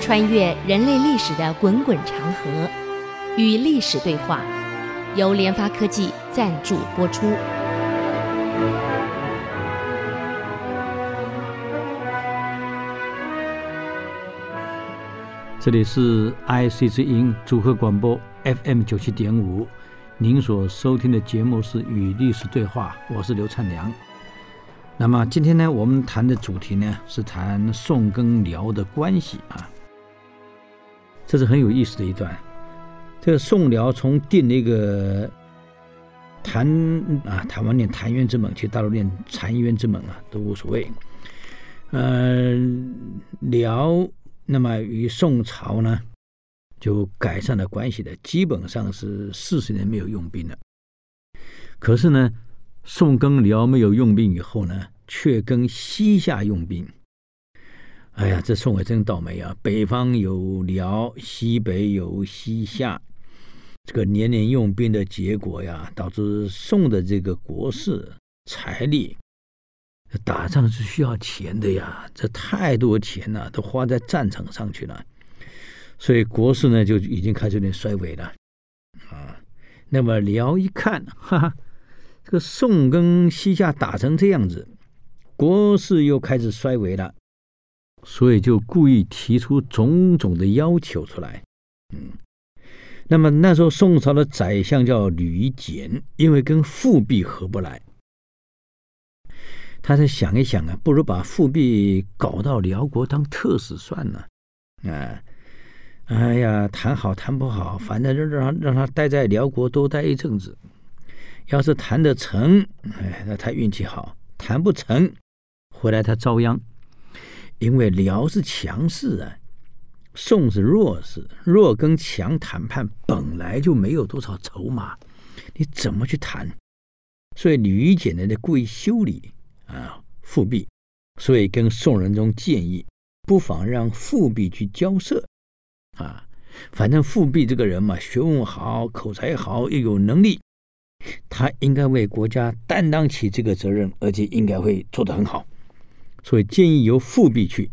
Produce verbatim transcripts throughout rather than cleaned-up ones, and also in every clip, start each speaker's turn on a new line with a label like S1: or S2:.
S1: 穿越人类历史的滚滚长河，与历史对话，由联发科技赞助播出。
S2: 这里是 I C 之音组合广播 F M 九七点五，您所收听的节目是与历史对话，我是刘灿良。那么今天呢，我们谈的主题呢是谈宋跟辽的关系啊，这是很有意思的一段。这个宋辽从定那个谭啊，台湾念谭渊之盟，其实大陆念澶渊之盟啊，都无所谓。呃，辽那么与宋朝呢就改善了关系的，基本上是四十年没有用兵了。可是呢，宋跟辽没有用兵以后呢，却跟西夏用兵。哎呀，这宋也真倒霉啊！北方有辽，西北有西夏，这个年年用兵的结果呀，导致宋的这个国势财力，打仗是需要钱的呀，这太多钱了，都花在战场上去了，所以国势呢就已经开始有点衰微了啊。那么辽一看，哈哈，这个宋跟西夏打成这样子，国势又开始衰微了，所以就故意提出种种的要求出来。嗯，那么那时候宋朝的宰相叫吕简，因为跟富弼合不来，他在想一想啊，不如把富弼搞到辽国当特使算了啊！哎呀，谈好谈不好，反正让让他待在辽国多待一阵子。要是谈得成，哎，那他运气好；谈不成，回来他遭殃。因为辽是强势啊，宋是弱势，弱跟强谈判本来就没有多少筹码，你怎么去谈？所以吕简呢，故意修理啊，富弼，所以跟宋仁宗建议，不妨让富弼去交涉啊。反正富弼这个人嘛，学问好，口才好，又有能力，他应该为国家担当起这个责任，而且应该会做得很好，所以建议由富弼去。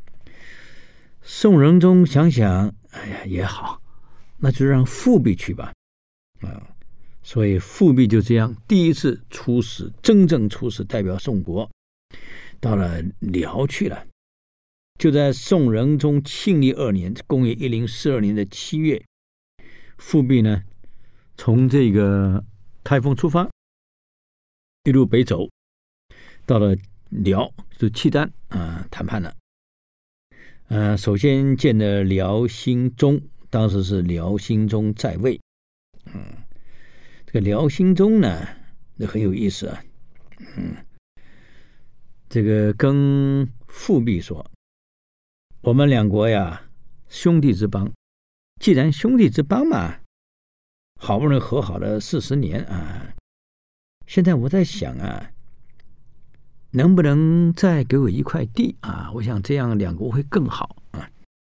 S2: 宋仁宗想想，哎呀，也好，那就让富弼去吧啊。所以富弼就这样第一次出使，真正出使代表宋国到了辽去了。就在宋仁宗庆历二年，公元一零四二年的七月，富弼呢从这个开封出发，一路北走，到了辽，就契丹啊谈判了。呃，首先见了辽兴宗，当时是辽兴宗在位。嗯，这个辽兴宗呢，那很有意思啊。嗯，这个跟富弼说，我们两国呀，兄弟之邦，既然兄弟之邦嘛，好不容易和好了四十年啊，现在我在想啊，能不能再给我一块地啊？我想这样两国会更好啊。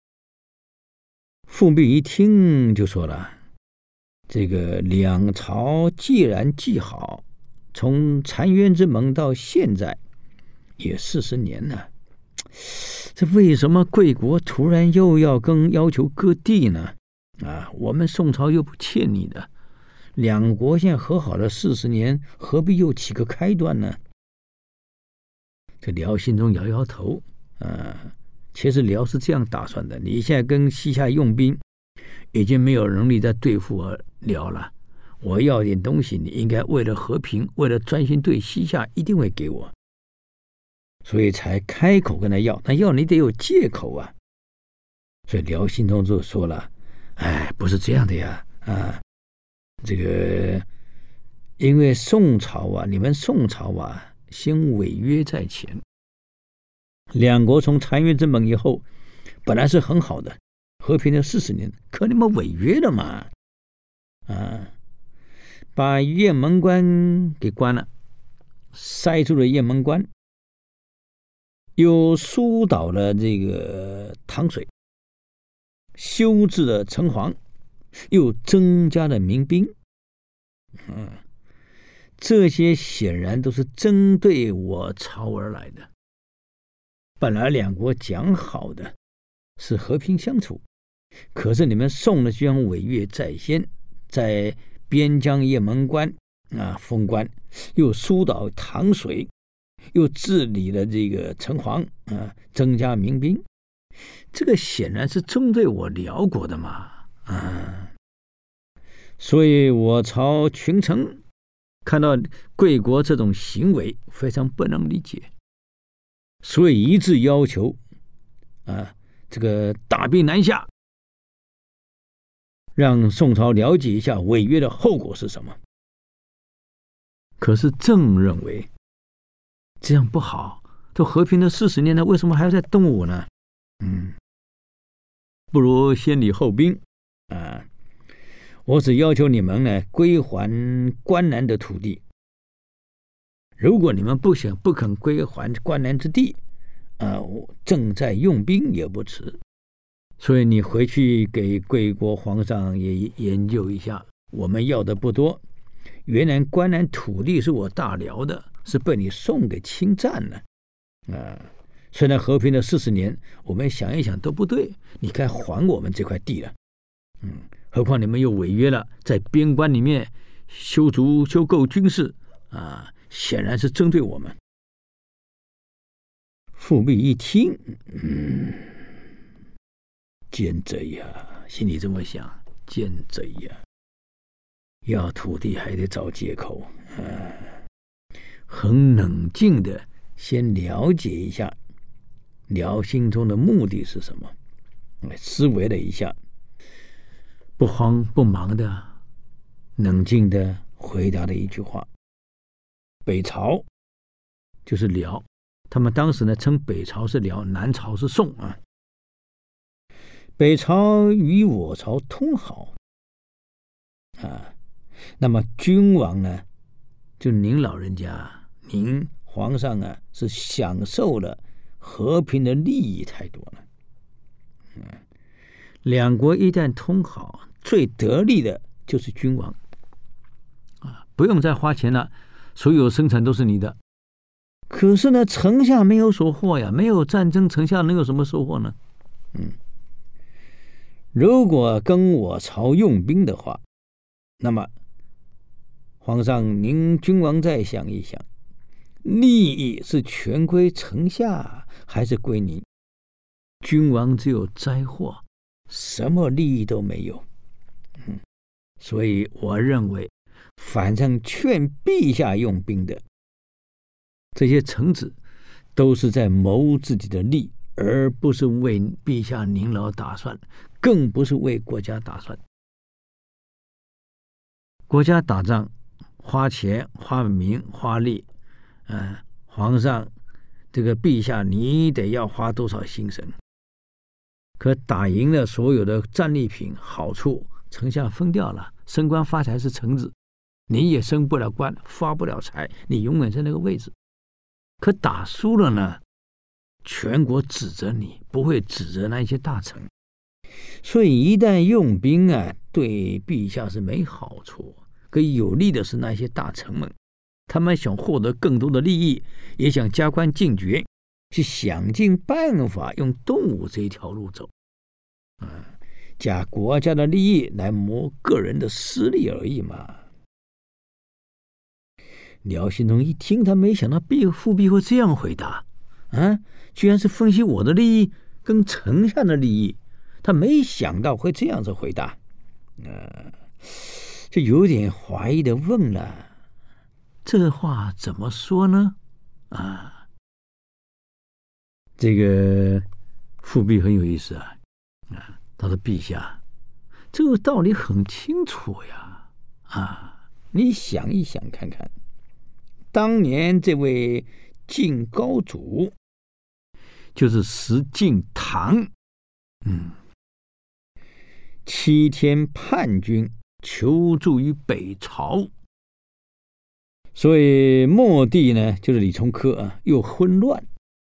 S2: 富弼一听就说了，这个两朝既然既好，从澶渊之盟到现在也四十年了，这为什么贵国突然又要跟要求割地呢？啊，我们宋朝又不欠你的，两国现在和好了四十年，何必又起个开端呢？这辽兴宗摇摇头，啊，其实辽是这样打算的：你现在跟西夏用兵，已经没有能力再对付我辽了。我要点东西，你应该为了和平，为了专心对西夏，一定会给我。所以才开口跟他要，那要你得有借口啊。所以辽兴宗就说了：“哎，不是这样的呀，啊，这个因为宋朝啊，你们宋朝啊。”先违约在前，两国从澶渊之盟以后，本来是很好的，和平了四十年，可你们违约了嘛？啊，把雁门关给关了，塞住了雁门关，又疏导了这个塘水，修治了城隍，又增加了民兵，嗯。这些显然都是针对我朝而来的。本来两国讲好的， 是和平相处，可是你们宋呢就像违约在先，在边疆雁门关啊封关，又疏导塘水，又治理了这个城隍啊，增加民兵，这个显然是针对我辽国的嘛啊！所以我朝群臣看到贵国这种行为非常不能理解，所以一致要求啊，这个大兵南下，让宋朝了解一下违约的后果是什么。可是朕认为这样不好，都和平了四十年了，为什么还要再动武呢？嗯，不如先礼后兵啊！我只要求你们呢归还关南的土地，如果你们不想不肯归还关南之地，啊，我正在用兵也不迟。所以你回去给贵国皇上也研究一下，我们要的不多。原来关南土地是我大辽的，是被你宋给侵占了啊！虽然和平了四十年，我们想一想都不对，你该还我们这块地了。嗯，何况你们又违约了，在边关里面修筑修构军事啊，显然是针对我们。富弼一听，嗯，奸贼呀，心里这么想，奸贼呀，要土地还得找借口啊！很冷静的先了解一下辽心中的目的是什么，思维了一下，不慌不忙的冷静的回答了一句话：北朝就是辽，他们当时呢称北朝是辽，南朝是宋啊。北朝与我朝通好啊，那么君王呢，就您老人家，您皇上啊，是享受了和平的利益太多了。嗯，两国一旦通好，最得利的就是君王啊，不用再花钱了，所有生产都是你的。可是呢，城下没有所获呀，没有战争，城下能有什么收获呢？嗯，如果跟我朝用兵的话，那么皇上您君王再想一想，利益是全归城下还是归您？君王只有灾祸，什么利益都没有。嗯，所以我认为，反正劝陛下用兵的这些臣子，都是在谋自己的利，而不是为陛下您老打算，更不是为国家打算。国家打仗花钱花名花力，嗯，皇上这个陛下你得要花多少心神，可打赢了所有的战利品好处，丞相分掉了，升官发财是臣子，你也升不了官，发不了财，你永远在那个位置。可打输了呢，全国指责你，不会指责那些大臣。所以一旦用兵啊，对陛下是没好处，可以有利的是那些大臣们，他们想获得更多的利益，也想加官进爵，去想尽办法用动武这一条路走，啊，假国家的利益来谋个人的私利而已嘛。辽兴宗一听，他没想到毕富弼会这样回答，啊，居然是分析我的利益跟丞相的利益，他没想到会这样子回答，呃，就有点怀疑的问了，这话怎么说呢？啊，这个富弼很有意思啊，啊，他说陛下，这个道理很清楚呀，啊，你想一想看看。当年这位晋高祖就是石敬瑭，嗯，七天叛军求助于北朝，所以末帝呢就是李从珂啊，又混乱，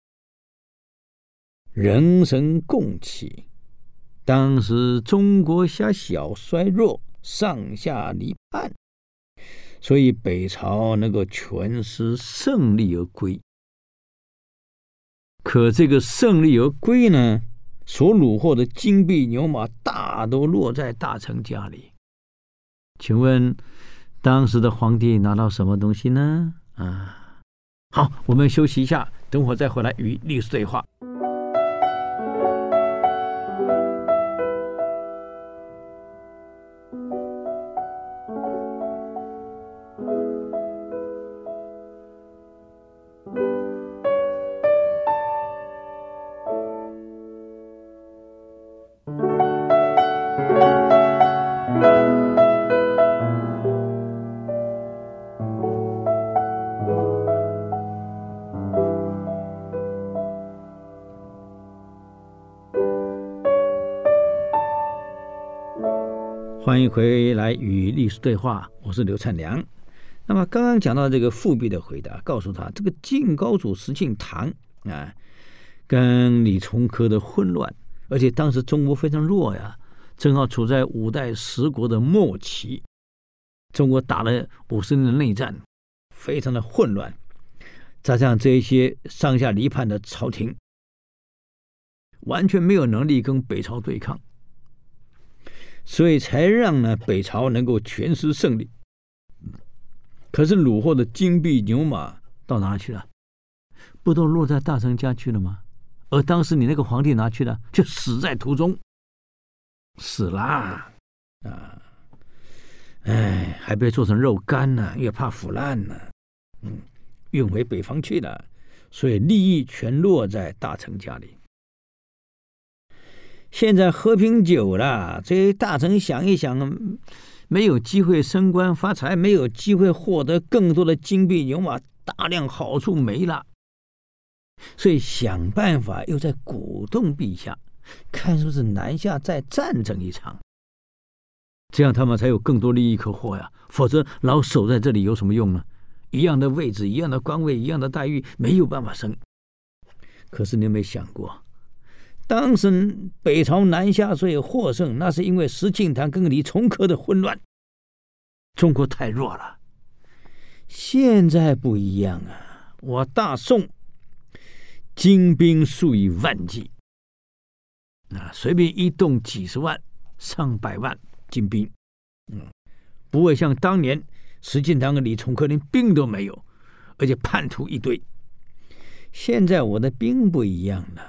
S2: 人神共起，当时中国狭小衰弱，上下离叛。所以北朝能够全师胜利而归，可这个胜利而归呢， 所虏获的金币牛马大都落在大臣家里。请问当时的皇帝拿到什么东西呢？啊，好，我们休息一下，等会儿再回来与历史对话。欢迎回来与历史对话，我是刘灿良。那么刚刚讲到这个富弼的回答，告诉他这个晋高祖石敬瑭啊，跟李从珂的混乱，而且当时中国非常弱呀，正好处在五代十国的末期，中国打了五十年的内战，非常的混乱，加上这一些上下离叛的朝廷，完全没有能力跟北朝对抗。所以才让呢北朝能够全失胜利。可是虏获的金币牛马到哪去了？不都落在大臣家去了吗？而当时你那个皇帝拿去了，就死在途中，死啦啊！哎，还被做成肉干呢、啊，因为怕腐烂呢、啊，嗯，运回北方去了，所以利益全落在大臣家里。现在和平久了，这些大臣想一想，没有机会升官发财，没有机会获得更多的金币牛马，大量好处没了，所以想办法又在鼓动陛下，看是不是南下再战争一场，这样他们才有更多利益可获呀。否则老守在这里有什么用呢？一样的位置，一样的官位，一样的待遇，没有办法升。可是你有没有想过？当时北朝南下所以获胜，那是因为石敬瑭跟李从珂的混乱，中国太弱了。现在不一样啊，我大宋精兵数以万计，啊，随便一动几十万、上百万精兵，嗯，不会像当年石敬瑭跟李从珂连兵都没有，而且叛徒一堆。现在我的兵不一样了。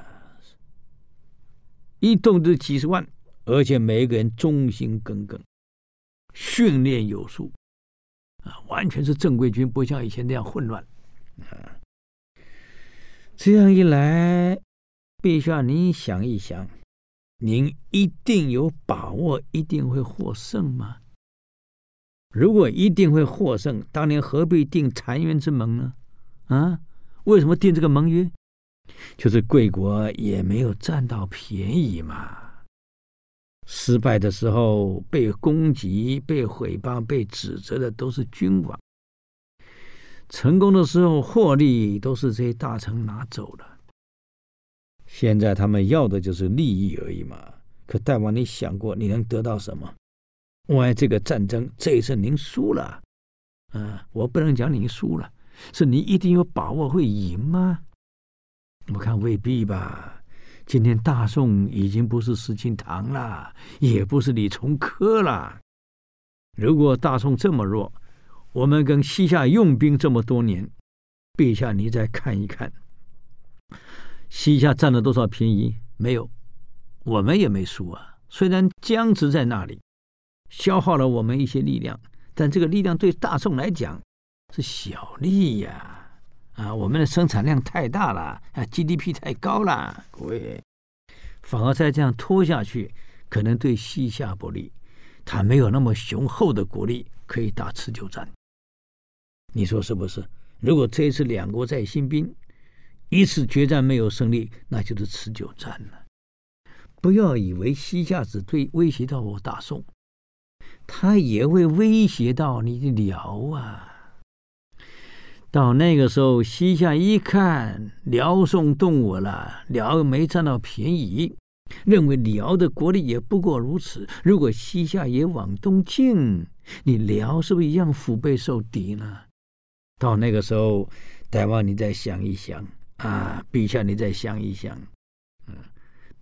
S2: 一动就几十万，而且每一个人忠心耿耿，训练有素，啊，完全是正规军，不像以前那样混乱。啊，这样一来，陛下您想一想，您一定有把握一定会获胜吗？如果一定会获胜，当年何必定澶渊之盟呢？啊，为什么定这个盟约？就是贵国也没有占到便宜嘛。失败的时候被攻击、被毁谤、被指责的都是君王，成功的时候获利都是这些大臣拿走了。现在他们要的就是利益而已嘛。可大王，你想过你能得到什么？万一这个战争这一次您输了，啊，我不能讲您输了，是你一定有把握会赢吗？我看未必吧。今天大宋已经不是石敬瑭了，也不是李从珂了。如果大宋这么弱，我们跟西夏用兵这么多年，陛下你再看一看，西夏占了多少便宜？没有，我们也没输啊。虽然僵持在那里，消耗了我们一些力量，但这个力量对大宋来讲是小利呀。啊，我们的生产量太大了，啊 ，G D P 太高了，各位，反而再这样拖下去，可能对西夏不利。他没有那么雄厚的国力可以打持久战，你说是不是？如果这一次两国再兴兵，一次决战没有胜利，那就是持久战了。不要以为西夏只对威胁到我大宋，他也会威胁到你的辽啊。到那个时候，西夏一看辽宋动我了，辽没占到便宜，认为辽的国力也不过如此。如果西夏也往东进，你辽是不是一样腹背受敌呢？到那个时候，大王你再想一想啊，陛下你再想一想，嗯，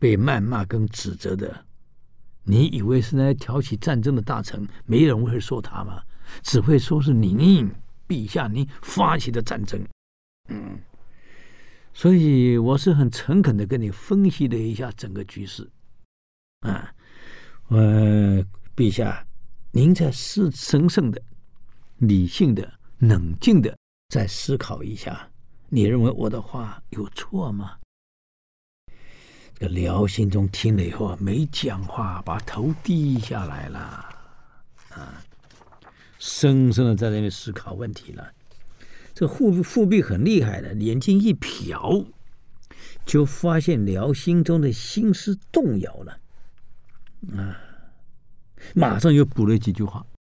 S2: 被谩骂跟指责的，你以为是来挑起战争的大臣，没人会说他吗？只会说是您陛下您发起的战争。嗯，所以我是很诚恳的跟你分析了一下整个局势啊。呃，陛下，您在是神圣的、理性的、冷静的再思考一下，你认为我的话有错吗？这个辽心中听了以后没讲话，把头低下来了啊，深深的在那边思考问题了。这富富弼很厉害的，眼睛一瞟，就发现辽心中的心思动摇了啊，马上又补了几句话。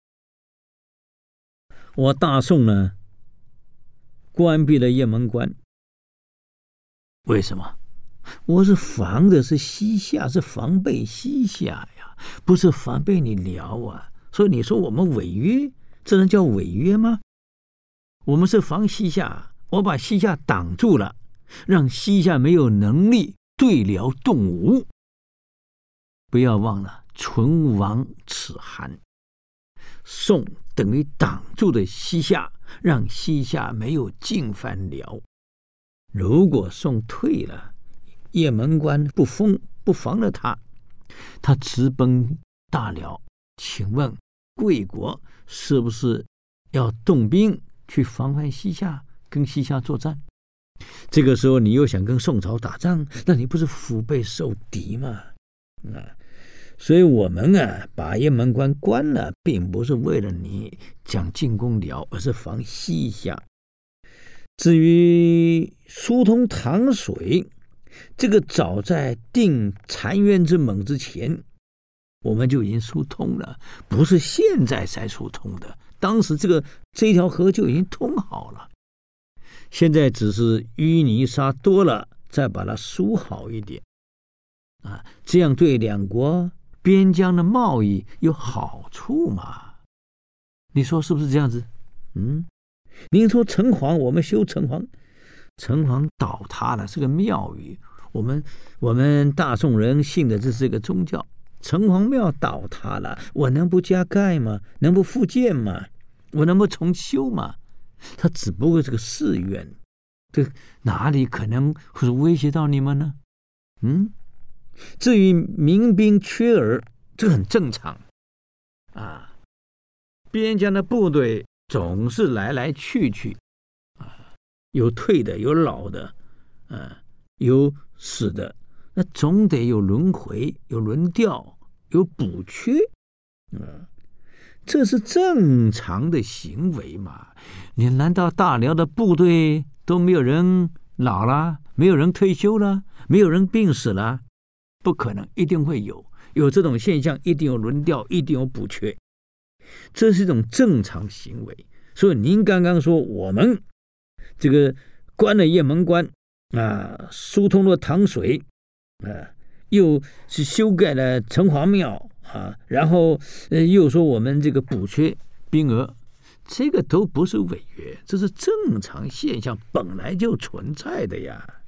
S2: 我大宋呢，关闭了雁门关，为什么？我是防的是西夏，是防备西夏呀，不是防备你辽啊。所以你说我们违约，这能叫违约吗？我们是防西夏，我把西夏挡住了，让西夏没有能力对辽动武。不要忘了，唇亡齿寒，宋等于挡住了西夏，让西夏没有进犯辽。如果宋退了，雁门关不封不防了他，他直奔大辽，请问贵国是不是要动兵去防范西夏，跟西夏作战？这个时候你又想跟宋朝打仗，那你不是腹背受敌吗？啊，所以我们啊把雁门关关了，并不是为了你讲进攻辽，而是防西夏。至于疏通塘水，这个早在定澶渊之盟之前，我们就已经疏通了，不是现在才疏通的。当时这个这条河就已经通好了，现在只是淤泥沙多了，再把它疏好一点啊，这样对两国边疆的贸易有好处嘛？你说是不是这样子？嗯，您说城隍，我们修城隍，城隍倒塌了，是个庙宇，我们我们大宋人信的这是个宗教。城隍庙倒塌了，我能不加盖吗？能不复建吗？我能不重修吗？它只不过是个寺院，这哪里可能会威胁到你们呢？嗯，至于民兵缺额，这很正常啊。边疆的部队总是来来去去啊，有退的，有老的，啊，有死的。那总得有轮回，有轮调，有补缺，嗯，这是正常的行为嘛？你难道大辽的部队都没有人老了，没有人退休了，没有人病死了？不可能，一定会有，有这种现象，一定有轮调，一定有补缺，这是一种正常行为。所以您刚刚说我们这个关了雁门关啊，疏通了塘水。啊，又是修改了城隍庙啊，然后呃又说我们这个补缺兵额，这个都不是违约，这是正常现象，本来就存在的呀。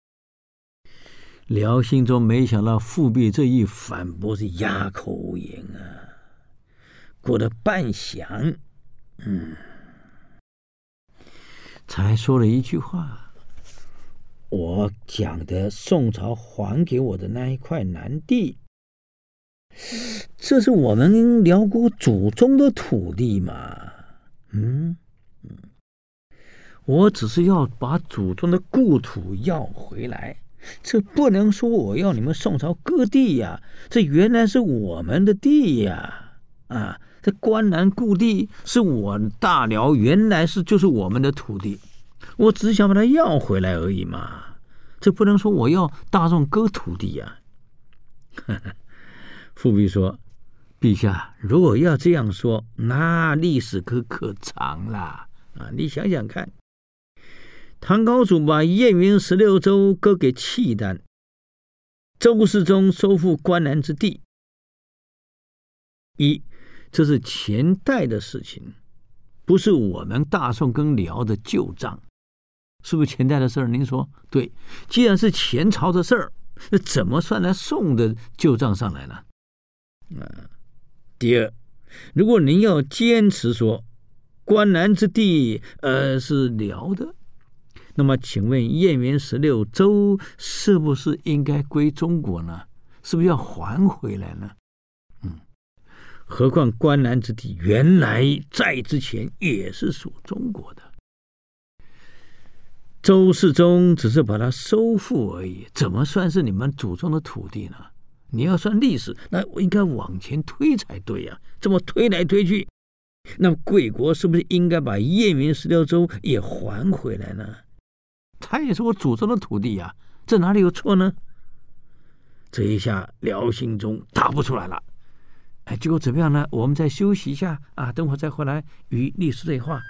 S2: 辽心中没想到富弼这一反驳是哑口无言啊。过了半晌，嗯，才说了一句话。我讲的宋朝还给我的那一块南地，这是我们辽国祖宗的土地嘛？嗯嗯，我只是要把祖宗的故土要回来，这不能说我要你们宋朝割地呀，这原来是我们的地呀！啊，这关南故地是我大辽，原来是就是我们的土地。我只想把它要回来而已嘛，这不能说我要大宋割土地呀、啊。富弼说：“陛下，如果要这样说，那历史可可长了啊！你想想看，唐高祖把燕云十六州割给契丹，周世宗收复关南之地，一，这是前代的事情，不是我们大宋跟辽的旧账。”是不是前代的事儿？您说对。既然是前朝的事儿， 那怎么算来宋的旧账上来呢？啊，第二，如果您要坚持说关南之地呃是辽的，那么请问燕云十六州是不是应该归中国呢？是不是要还回来呢？嗯，何况关南之地原来在之前也是属中国的，周世宗只是把它收复而已，怎么算是你们祖宗的土地呢？你要算历史，那我应该往前推才对啊，这么推来推去，那么贵国是不是应该把燕云十六州也还回来呢？它也是我祖宗的土地啊，这哪里有错呢？这一下辽兴宗答不出来了，哎，结果怎么样呢？我们再休息一下啊，等会儿再回来与历史对话。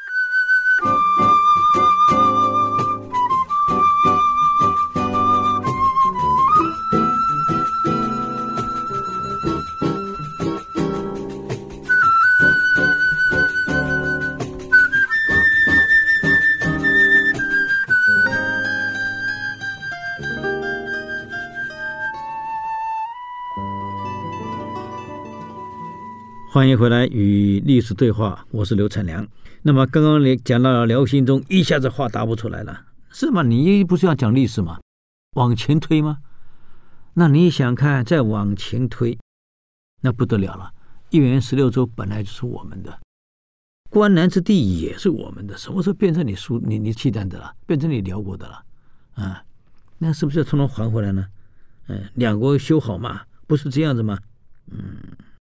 S2: 欢迎回来与历史对话，我是刘灿良。那么刚刚讲到辽兴宗一下子话答不出来了，是吗？你不是要讲历史吗？往前推吗？那你想看再往前推，那不得了了，燕云十六州本来就是我们的，关南之地也是我们的，什么时候变成你苏你你契丹的了，变成你辽国的了啊？那是不是要统统还回来呢？嗯，两国修好嘛，不是这样子吗？嗯。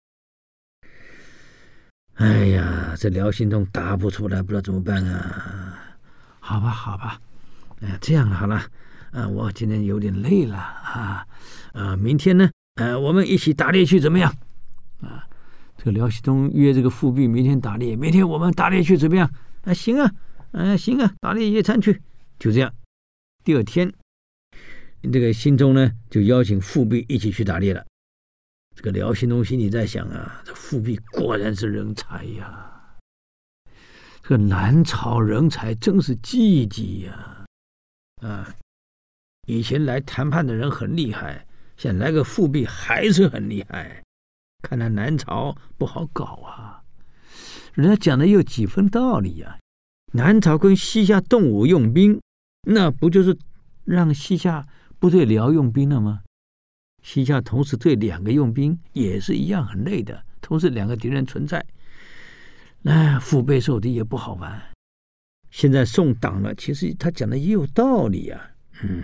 S2: 哎呀，这辽兴宗答不出来，不知道怎么办啊？好吧，好吧，哎，这样好了，啊，我今天有点累了啊，啊，明天呢，呃，我们一起打猎去怎么样？啊，这个辽兴宗约这个富弼明天打猎，明天我们打猎去怎么样？啊，行啊，啊，行啊，打猎野餐去，就这样。第二天，这个兴宗呢就邀请富弼一起去打猎了。这个辽兴宗心里在想啊，这富弼果然是人才呀，这个南朝人才真是济济呀！啊，以前来谈判的人很厉害，现在来个富弼还是很厉害，看来南朝不好搞啊。人家讲的有几分道理呀、啊？南朝跟西夏动武用兵，那不就是让西夏不对辽用兵了吗？西夏同时对两个用兵也是一样很累的，同时两个敌人存在，那腹背受敌也不好玩。现在宋党了，其实他讲的也有道理啊。嗯，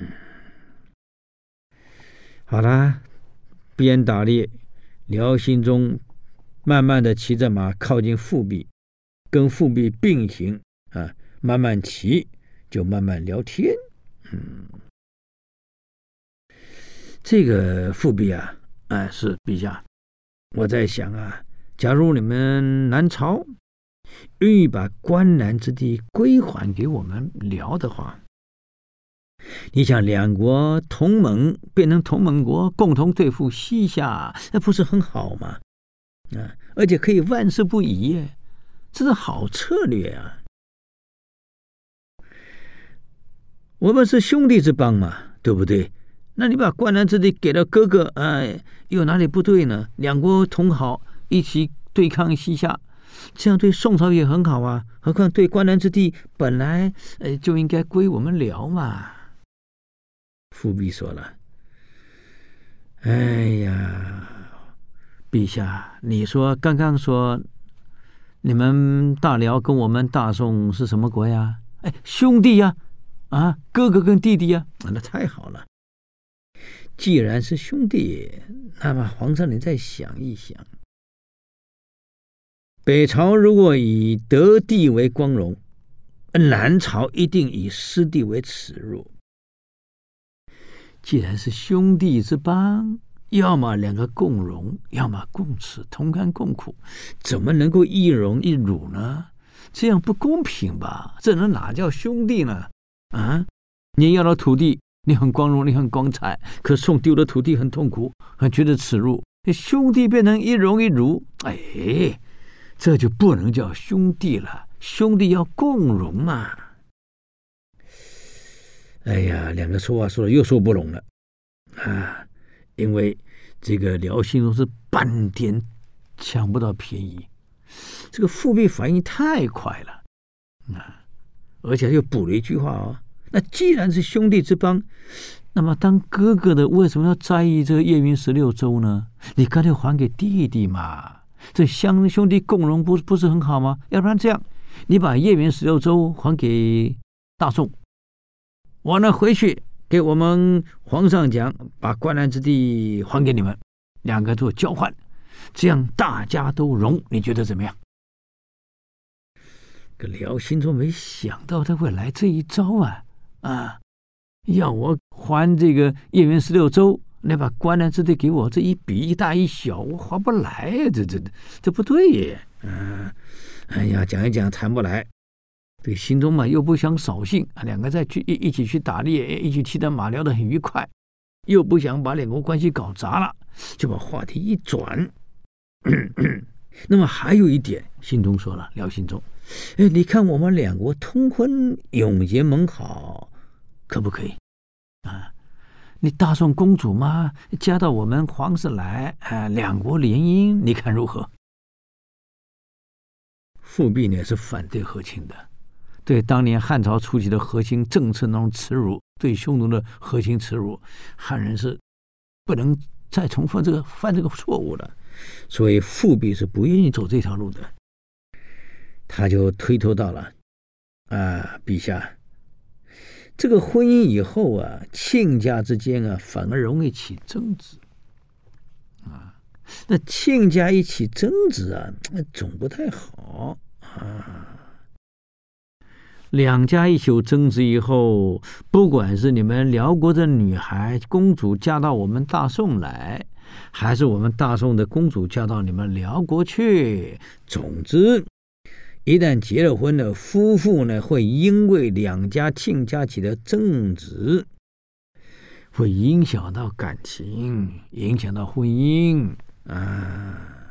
S2: 好啦，边打猎，辽兴宗慢慢的骑着马靠近富弼，跟富弼并行啊，慢慢骑就慢慢聊天。嗯。这个富弼啊，哎，是陛下，我在想啊，假如你们南朝愿意把关南之地归还给我们辽的话，你想两国同盟变成同盟国，共同对付西夏，那不是很好吗？啊，而且可以万事不移耶，这是好策略啊！我们是兄弟之邦嘛，对不对？那你把关南之地给了哥哥，哎，有哪里不对呢？两国同好，一起对抗西夏，这样对宋朝也很好啊。何况对关南之地本来呃就应该归我们辽嘛。富弼说了：“哎呀，陛下，你说刚刚说你们大辽跟我们大宋是什么国呀？哎，兄弟呀，啊，哥哥跟弟弟呀，那太好了。”既然是兄弟，那么皇上你再想一想，北朝如果以得地为光荣，南朝一定以失地为耻辱。既然是兄弟之邦，要么两个共荣，要么共耻，同甘共苦，怎么能够一荣一辱呢？这样不公平吧？这能哪叫兄弟呢？啊，你要到土地，你很光荣，你很光彩，可宋丢了土地很痛苦，很觉得耻辱。兄弟变成一荣一辱，哎，这就不能叫兄弟了。兄弟要共荣嘛。哎呀，两个说话说的又说不拢了。 啊，因为这个辽兴宗是半点抢不到便宜，这个富弼反应太快了啊，而且又补了一句话哦，那既然是兄弟之邦，那么当哥哥的为什么要在意这个叶云十六州呢？你干脆还给弟弟嘛，这乡兄弟共荣不不是很好吗？要不然这样，你把叶云十六州还给大宋，我呢回去给我们皇上讲，把关南之地还给你们，两个做交换，这样大家都荣，你觉得怎么样？这辽兴宗没想到他会来这一招啊啊！要我还这个叶云十六州，那把关南之地给我，这一比一大一小，我划不来呀、啊！这这这不对耶！啊，哎呀，讲一讲谈不来。这个兴宗嘛，又不想扫兴，两个再去一一起去打猎，一起骑着马聊得很愉快，又不想把两国关系搞砸了，就把话题一转。咳咳那么还有一点，兴宗说了，辽兴宗，哎，你看我们两国通婚永结盟好，可不可以？啊，你大宋公主嘛，嫁到我们皇室来，啊，两国联姻，你看如何？富弼呢是反对和亲的。对当年汉朝初期的和亲政策那种耻辱，对匈奴的和亲耻辱，汉人是不能再重复这个犯这个错误了，所以富弼是不愿意走这条路的。他就推脱到了啊，陛下，这个婚姻以后啊，亲家之间啊，反而容易起争执啊。那亲家一起争执啊，总不太好啊。两家一起有争执以后，不管是你们辽国的女孩公主嫁到我们大宋来，还是我们大宋的公主嫁到你们辽国去，总之一旦结了婚的夫妇呢，会因为两家亲家起的争执，会影响到感情，影响到婚姻啊，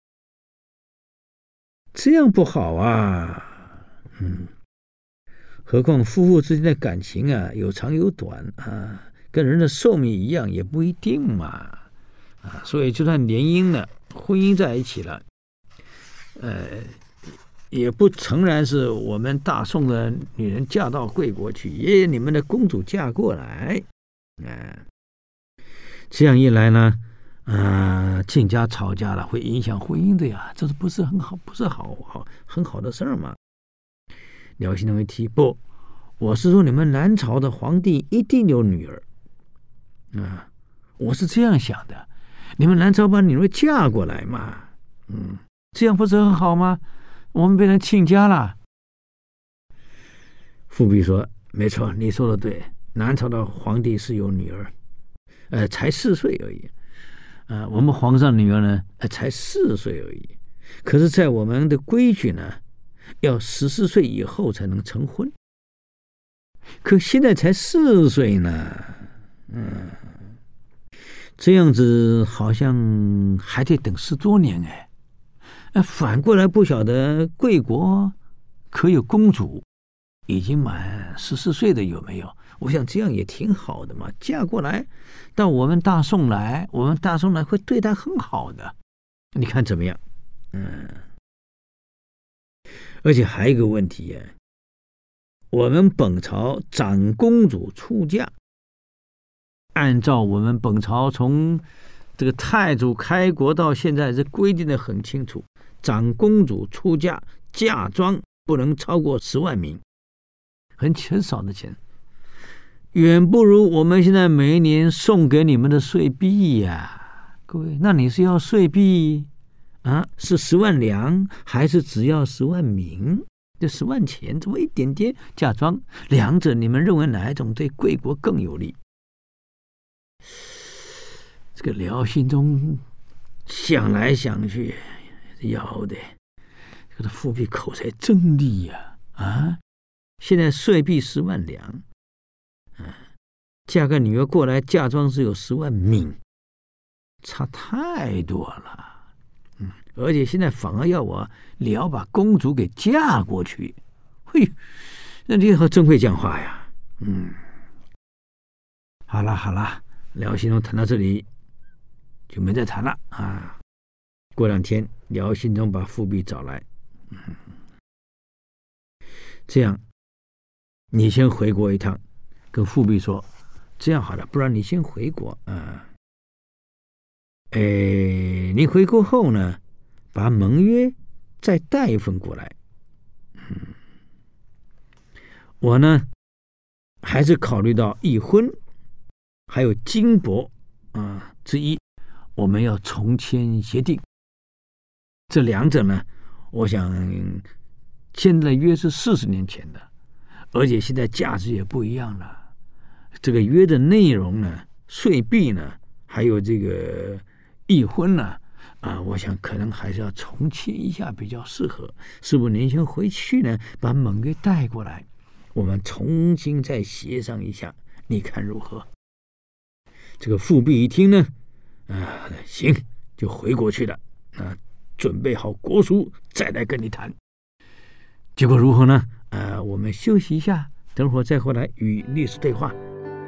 S2: 这样不好啊。嗯。何况夫妇之间的感情啊，有长有短啊，跟人的寿命一样，也不一定嘛啊。所以就算联姻了，婚姻在一起了，呃，也不诚然是我们大宋的女人嫁到贵国去，也有你们的公主嫁过来啊。这样一来呢，啊，亲家吵架了，会影响婚姻的呀，这是不是很好？不是好好很好的事儿嘛？辽兴宗一提，不，我是说你们南朝的皇帝一定有女儿啊，我是这样想的，你们南朝把女儿嫁过来嘛，嗯，这样不是很好吗？我们变成亲家了。富弼说，没错，你说的对，南朝的皇帝是有女儿，呃，才四岁而已，呃，我们皇上女儿呢，呃，才四岁而已，可是在我们的规矩呢，要十四岁以后才能成婚，可现在才四岁呢，嗯，这样子好像还得等十多年哎。反过来不晓得贵国可有公主已经满十四岁的有没有？我想这样也挺好的嘛，嫁过来到我们大宋来，我们大宋来会对她很好的，你看怎么样？嗯。而且还有一个问题呀，我们本朝长公主出嫁，按照我们本朝从这个太祖开国到现在是规定的很清楚，长公主出嫁嫁妆不能超过十万名，很很少的钱，远不如我们现在每一年送给你们的税币呀，各位，那你是要税币？啊，是十万两还是只要十万名？这十万钱这么一点点嫁妆，两者你们认为哪一种对贵国更有利？这个辽兴宗想来想去，要的，这个富弼口才真利呀！啊，啊，现在税币十万两，啊，嫁个女儿过来，嫁妆是有十万名，差太多了。嗯，而且现在反而要我辽把公主给嫁过去，嘿，那你可真会讲话呀！嗯，好了好了， 辽兴宗谈到这里就没再谈了啊。过两天辽兴宗把富弼找来，嗯，这样你先回国一趟，跟富弼说，这样好了，不然你先回国啊。哎，你回国后呢，把盟约再带一份过来。嗯，我呢还是考虑到议婚还有金帛啊之一，我们要重签协定。这两者呢，我想现在的约是四十年前的，而且现在价值也不一样了。这个约的内容呢，税币呢，还有这个议婚呢，啊，我想可能还是要重签一下比较适合。是不是您先回去呢，把盟约带过来，我们重新再协商一下，你看如何？这个富弼一听呢，啊，行，就回国去了啊。准备好国书再来跟你谈，结果如何呢？呃，我们休息一下，等会儿再回来与历史对话。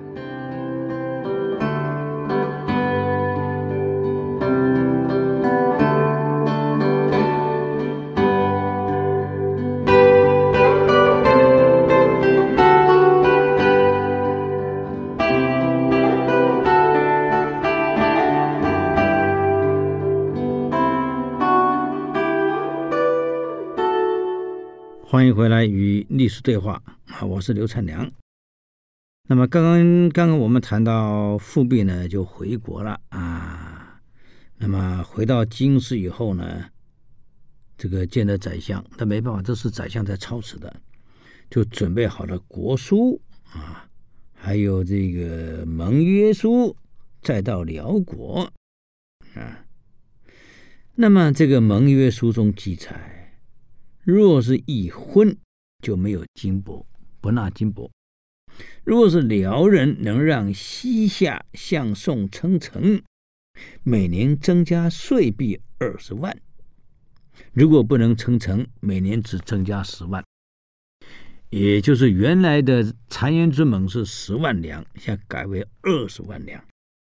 S2: 欢迎回来与历史对话啊！我是刘灿良。那么刚刚刚刚我们谈到富弼呢就回国了啊，那么回到京师以后呢，这个见了宰相，但没办法，这是宰相在操持的，就准备好了国书啊，还有这个盟约书，再到辽国啊。那么这个盟约书中记载，若是议婚，就没有金帛，不纳金帛。若是辽人能让西夏向宋称臣，每年增加税币二十万；如果不能称臣，每年只增加十万。也就是原来的谗言之盟是十万两，现在改为二十万两。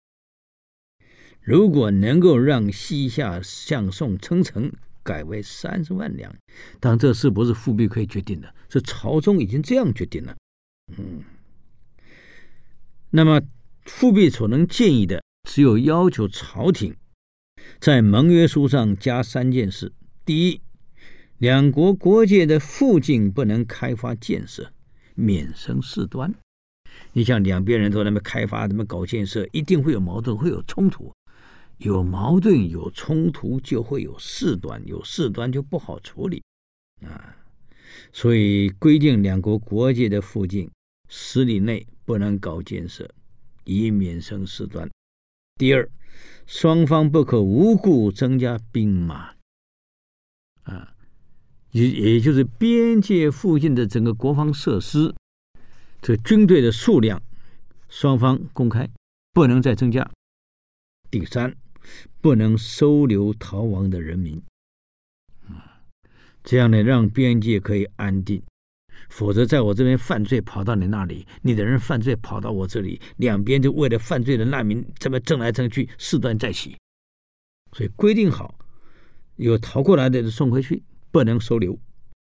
S2: 如果能够让西夏向宋称臣，改为三十万两，当然这事不是富弼可以决定的，是朝中已经这样决定了。嗯，那么富弼所能建议的，只有要求朝廷在盟约书上加三件事：第一，两国国界的附近不能开发建设，免生事端。你像两边人都在那边开发、那边搞建设，一定会有矛盾，会有冲突。有矛盾有冲突就会有事端，有事端就不好处理啊。所以规定两国国界的附近十里内不能搞建设，以免生事端。第二，双方不可无故增加兵马啊，也也就是边界附近的整个国防设施，这个军队的数量，双方公开不能再增加。第三，不能收留逃亡的人民，这样呢，让边界可以安定。否则在我这边犯罪跑到你那里，你的人犯罪跑到我这里，两边就为了犯罪的难民这么争来争去，事端再起。所以规定好，有逃过来的就送回去，不能收留。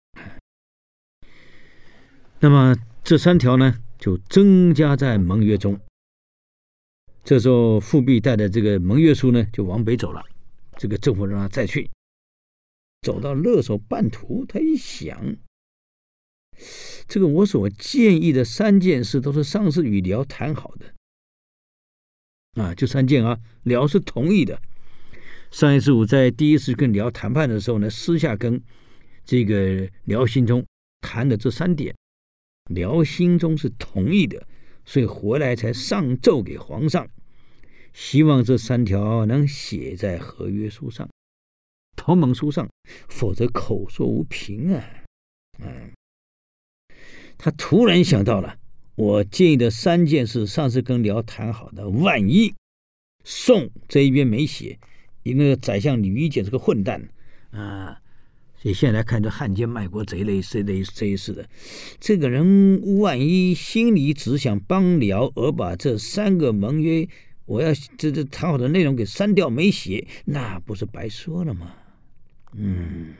S2: 那么这三条呢，就增加在盟约中。这时候富弼带的这个盟约书呢，就往北走了。这个政府让他再去，走到勒守半途，他一想，这个我所建议的三件事都是上次与辽谈好的啊，就三件啊，辽是同意的。上一次我在第一次跟辽谈判的时候呢，私下跟这个辽兴宗谈的这三点，辽兴宗是同意的。所以回来才上奏给皇上，希望这三条能写在合约书上、同盟书上，否则口说无凭啊！嗯，他突然想到了，我建议的三件事，上次跟辽谈好的，万一宋这一边没写，因为宰相吕夷简是个混蛋啊！所以现在来看，这汉奸卖国贼类这类这一事的，这个人万一心里只想帮辽，而把这三个盟约我要这这谈好的内容给删掉没写，那不是白说了吗？嗯，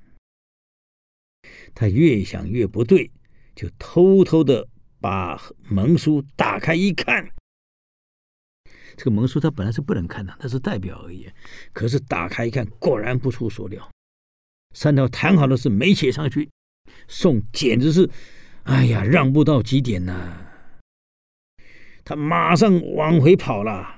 S2: 他越想越不对，就偷偷的把盟书打开一看。这个盟书他本来是不能看的，那是代表而已。可是打开一看，果然不出所料，三条谈好的事没写上去。宋简直是，哎呀，让步到极点呐、啊！他马上往回跑了。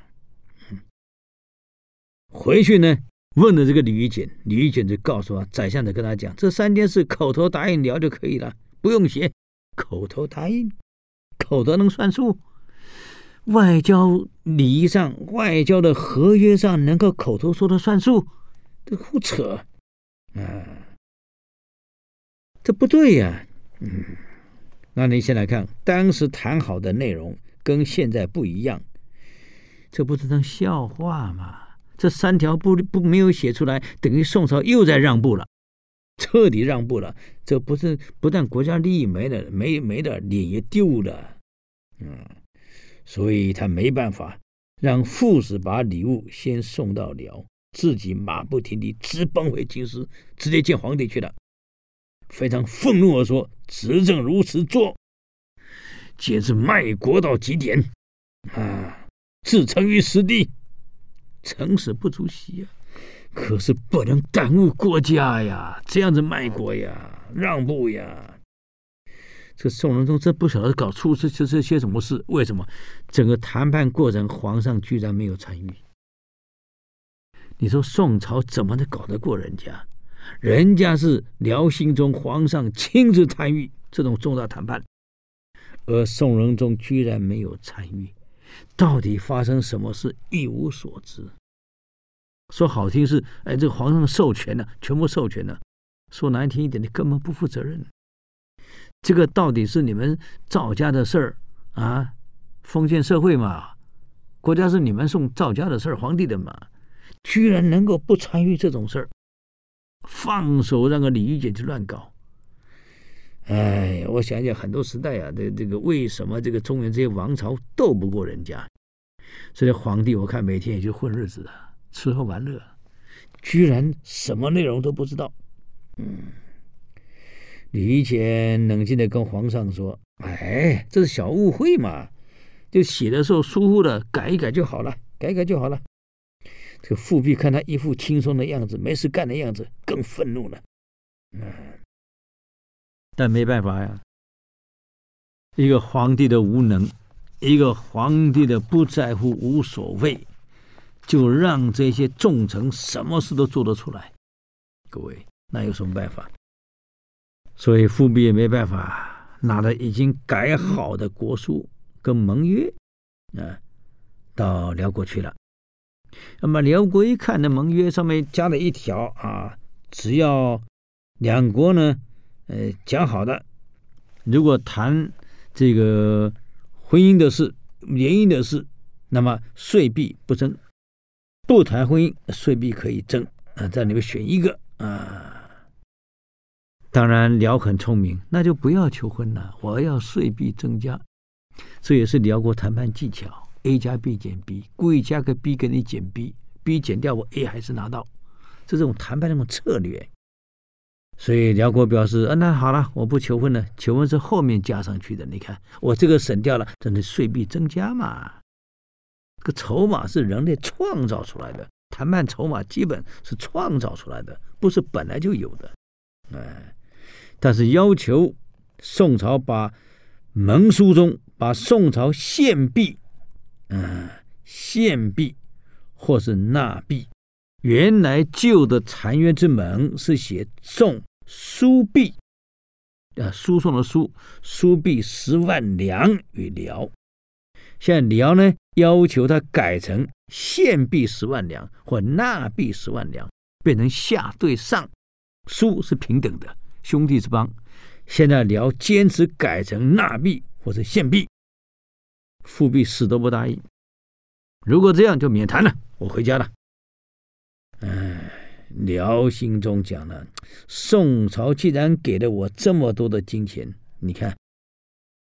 S2: 回去呢，问了这个李玉简，李玉简就告诉他，宰相就跟他讲，这三件事口头答应聊就可以了，不用写。口头答应，口头能算数？外交礼仪上，外交的合约上，能够口头说的算数？这胡扯啊！这不对呀、啊。嗯，那你先来看，当时谈好的内容跟现在不一样，这不是当笑话吗？这三条不不没有写出来，等于宋朝又在让步了，彻底让步了。这不是不但国家利益没了，没没了，脸也丢了。嗯，所以他没办法，让副使把礼物先送到辽，自己马不停蹄直奔回京师，直接见皇帝去了。非常愤怒地说：“执政如此做，简直卖国到极点啊！置臣于死地，臣死不足惜呀、啊，可是不能耽误国家呀！这样子卖国呀，让步呀！”这宋仁宗真不晓得搞出这这些什么事？为什么整个谈判过程皇上居然没有参与？你说宋朝怎么能搞得过人家？人家是辽兴宗皇上亲自参与这种重大谈判，而宋仁宗居然没有参与，到底发生什么事一无所知。说好听是，哎，这个皇上授权了，全部授权了；说难听一点，你根本不负责任。这个到底是你们赵家的事儿啊？封建社会嘛，国家是你们送赵家的事儿，皇帝的嘛，居然能够不参与这种事儿？放手让个李玉简去乱搞，哎，我想想很多时代啊，这这个为什么这个中原这些王朝斗不过人家？所以皇帝我看每天也就混日子啊，吃喝玩乐，居然什么内容都不知道。嗯，李玉简冷静的跟皇上说：“哎，这是小误会嘛，就写的时候疏忽了，改一改就好了，改一改就好了。”这个富弼看他一副轻松的样子，没事干的样子，更愤怒了。嗯，但没办法呀，一个皇帝的无能，一个皇帝的不在乎、无所谓，就让这些重臣什么事都做得出来。各位，那有什么办法？所以富弼也没办法，拿着已经改好的国书跟盟约啊，到辽国去了。那么辽国一看，那盟约上面加了一条啊，只要两国呢，呃，讲好的，如果谈这个婚姻的事、联姻的事，那么税币不征；不谈婚姻，税币可以征啊，在里面选一个啊。当然，辽很聪明，那就不要求婚了，我要税币增加，这也是辽国谈判技巧。A 加 B 减 B， 故意加个 B 给你减 B，B 减掉我 A 还是拿到，这种谈判那种策略。所以辽国表示，啊，那好了，我不求婚了，求婚是后面加上去的。你看我这个省掉了，真的税币增加嘛？这个筹码是人类创造出来的，谈判筹码基本是创造出来的，不是本来就有的。哎，但是要求宋朝把盟书中把宋朝献币。嗯，献币或是纳币，原来旧的澶渊之盟是写送输币，啊，输送的输，输币十万两与辽。现在辽呢，要求他改成献币十万两或纳币十万两，变成下对上，输是平等的，兄弟之邦。现在辽坚持改成纳币或是献币。富弼死都不答应，如果这样就免谈了，我回家了。哎，辽心中讲了，宋朝既然给了我这么多的金钱，你看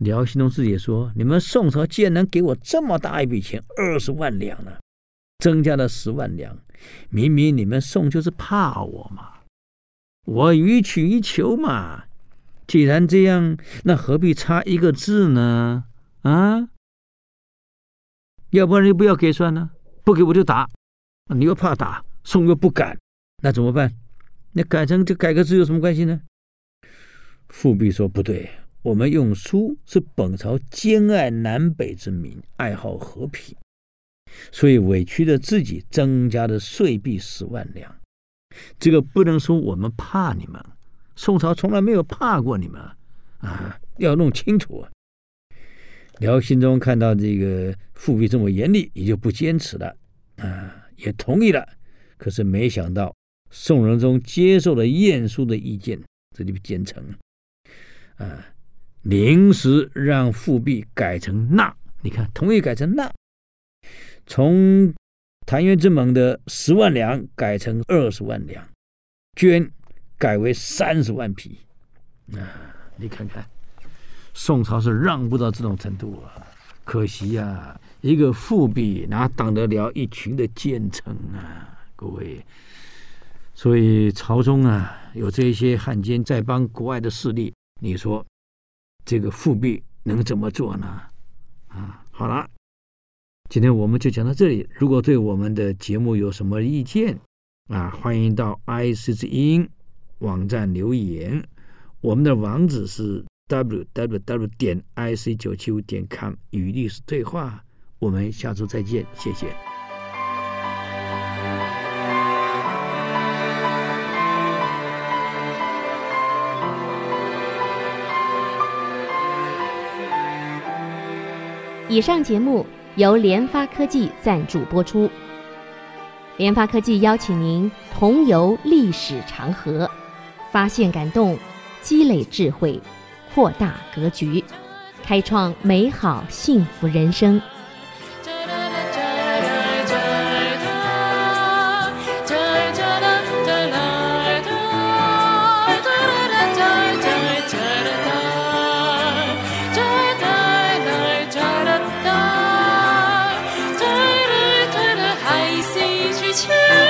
S2: 辽兴宗自己也说，你们宋朝既然能给我这么大一笔钱，二十万两了，增加了十万两，明明你们宋就是怕我嘛，我予取予求嘛，既然这样，那何必差一个字呢？啊，要不然你不要给算了，不给我就打，你又怕打，宋又不敢，那怎么办？那改成就改个字有什么关系呢？富弼说不对，我们用书是本朝兼爱南北之民，爱好和平，所以委屈了自己，增加了税币十万两。这个不能说我们怕你们，宋朝从来没有怕过你们啊，要弄清楚。辽兴宗看到这个富弼这么严厉，也就不坚持了啊，也同意了。可是没想到宋仁宗接受了晏殊的意见，这里简称啊，临时让富弼改成纳，你看同意改成纳，从谭元之盟的十万两改成二十万两，绢改为三十万匹啊！你看看，宋朝是让不到这种程度啊，可惜啊，一个富弼哪挡得了一群的奸臣啊，各位。所以朝中啊，有这些汉奸在帮国外的势力，你说这个富弼能怎么做呢？啊，好了，今天我们就讲到这里。如果对我们的节目有什么意见啊，欢迎到 I C 之音网站留言。我们的网址是 double u double u double u 点 i c 九七五点 com 与历史对话。我们下周再见，谢谢。
S1: 以上节目由联发科技赞助播出。联发科技邀请您同游历史长河，发现感动，积累智慧，扩大格局，开创美好幸福人生。
S3: 去